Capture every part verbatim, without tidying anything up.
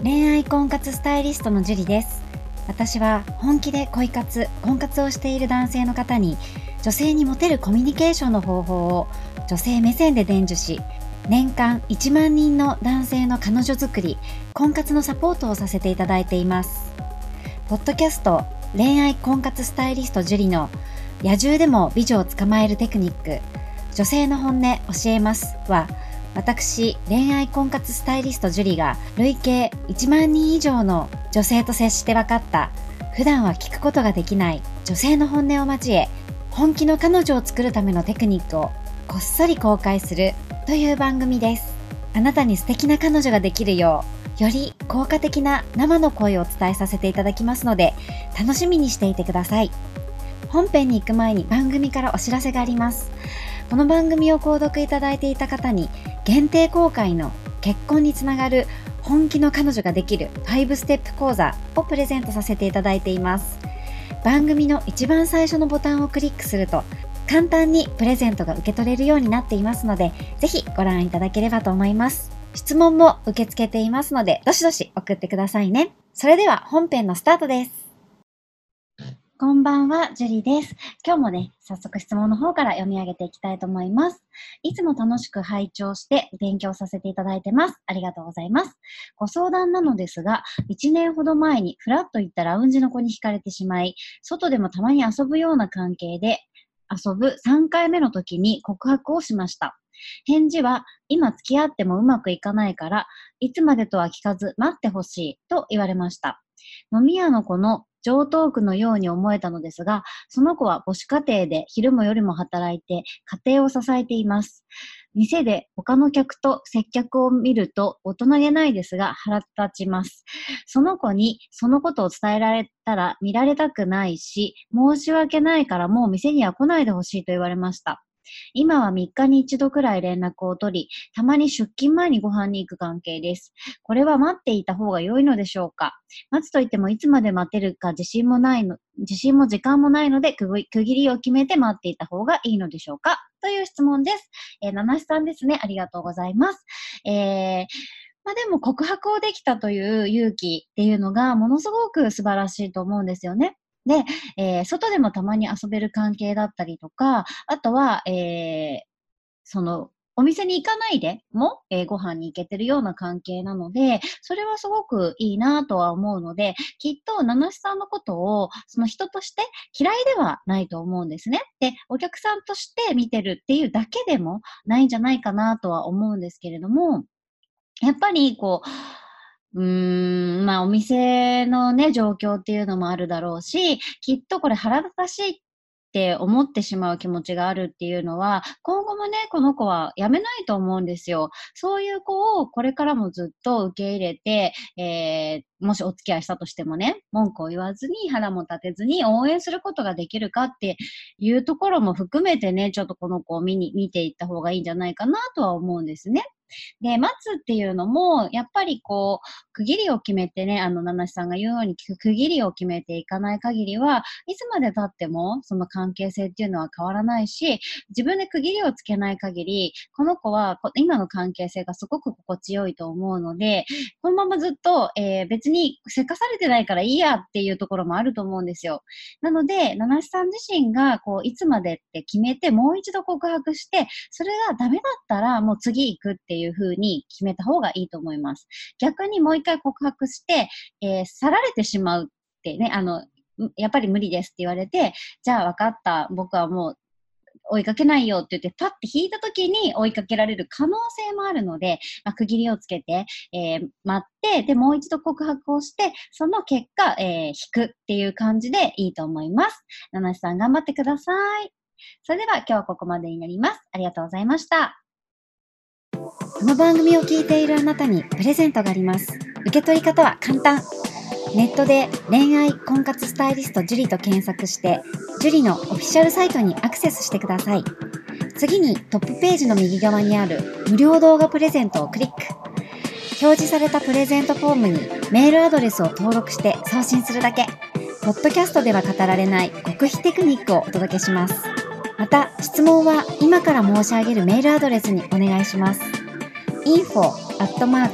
恋愛婚活スタイリストのジュリです。私は本気で恋活、婚活をしている男性の方に女性にモテるコミュニケーションの方法を女性目線で伝授し、年間いちまんにんの男性の彼女作り、婚活のサポートをさせていただいています。ポッドキャスト恋愛婚活スタイリストジュリの野獣でも美女を捕まえるテクニック、女性の本音教えますは、私恋愛婚活スタイリストジュリが累計いちまんにん以上の女性と接して分かった普段は聞くことができない女性の本音を交え、本気の彼女を作るためのテクニックをこっそり公開するという番組です。あなたに素敵な彼女ができるよう、より効果的な生の声をお伝えさせていただきますので、楽しみにしていてください。本編に行く前に番組からお知らせがあります。この番組を購読いただいていた方に限定公開の結婚につながる本気の彼女ができるごステップ講座をプレゼントさせていただいています。番組の一番最初のボタンをクリックすると簡単にプレゼントが受け取れるようになっていますので、ぜひご覧いただければと思います。質問も受け付けていますので、どしどし送ってくださいね。それでは本編のスタートです。こんばんは、ジュリです。今日もね、早速質問の方から読み上げていきたいと思います。いつも楽しく拝聴して勉強させていただいてます。ありがとうございます。ご相談なのですが、いちねんほど前にフラッと行ったラウンジの子に惹かれてしまい、外でもたまに遊ぶような関係で遊ぶさんかいめの時に告白をしました。返事は、今付き合ってもうまくいかないから、いつまでとは聞かず待ってほしいと言われました。飲み屋の子の常套句のように思えたのですが、その子は母子家庭で昼も夜も働いて家庭を支えています。店で他の客と接客を見ると大人げないですが腹立ちます。その子にそのことを伝えられたら見られたくないし、申し訳ないからもう店には来ないでほしいと言われました。今はみっかに一度くらい連絡を取り、たまに出勤前にご飯に行く関係です。これは待っていた方が良いのでしょうか？待つといってもいつまで待てるか自信もないの、自信も時間もないので区切りを決めて待っていた方がいいのでしょうか？という質問です。えー、七七さんですね。ありがとうございます。えーまあ、でも告白をできたという勇気っていうのがものすごく素晴らしいと思うんですよね。で、えー、外でもたまに遊べる関係だったりとか、あとは、えー、その、お店に行かないでも、えー、ご飯に行けてるような関係なので、それはすごくいいなとは思うので、きっと、七七さんのことを、その人として嫌いではないと思うんですね。で、お客さんとして見てるっていうだけでもないんじゃないかなとは思うんですけれども、やっぱり、こう、うーん、まあ、お店のね、状況っていうのもあるだろうし、きっとこれ腹立たしいって思ってしまう気持ちがあるっていうのは、今後もね、この子は辞めないと思うんですよ。そういう子をこれからもずっと受け入れて、えー、もしお付き合いしたとしてもね、文句を言わずに腹も立てずに応援することができるかっていうところも含めてね、ちょっとこの子を見に、見ていった方がいいんじゃないかなとは思うんですね。で、待つっていうのも、やっぱりこう、区切りを決めてね、あの、ナナシさんが言うように、区切りを決めていかない限りは、いつまで経っても、その関係性っていうのは変わらないし、自分で区切りをつけない限り、この子はこ今の関係性がすごく心地よいと思うので、このままずっと、えー別にせかされてないからいいやっていうところもあると思うんですよ。なので、ナナシさん自身が、こう、いつまでって決めて、もう一度告白して、それがダメだったら、もう次行くっていう風に決めた方がいいと思います。逆にもう一回告白して、えー去られてしまうってね、あの、やっぱり無理ですって言われて、じゃあ分かった、僕はもう追いかけないよって言って、パッて引いた時に追いかけられる可能性もあるので、まあ、区切りをつけて、えー待って、で、もう一度告白をして、その結果、えー引くっていう感じでいいと思います。七瀬さん頑張ってください。それでは今日はここまでになります。ありがとうございました。この番組を聞いているあなたにプレゼントがあります。受け取り方は簡単。ネットで恋愛婚活スタイリストジュリと検索して、ジュリのオフィシャルサイトにアクセスしてください。次にトップページの右側にある無料動画プレゼントをクリック。表示されたプレゼントフォームにメールアドレスを登録して送信するだけ。ポッドキャストでは語られない極秘テクニックをお届けします。また、質問は今から申し上げるメールアドレスにお願いします。インフォ アットマーク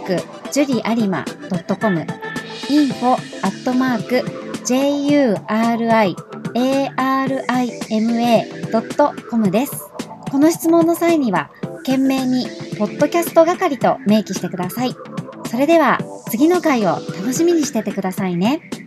ジュリアリマドットコム、インフォアットマーク ジェイユーアールアイエーアールアイエムエードットコム です。この質問の際には、懸命にポッドキャスト係と明記してください。それでは次の回を楽しみにしててくださいね。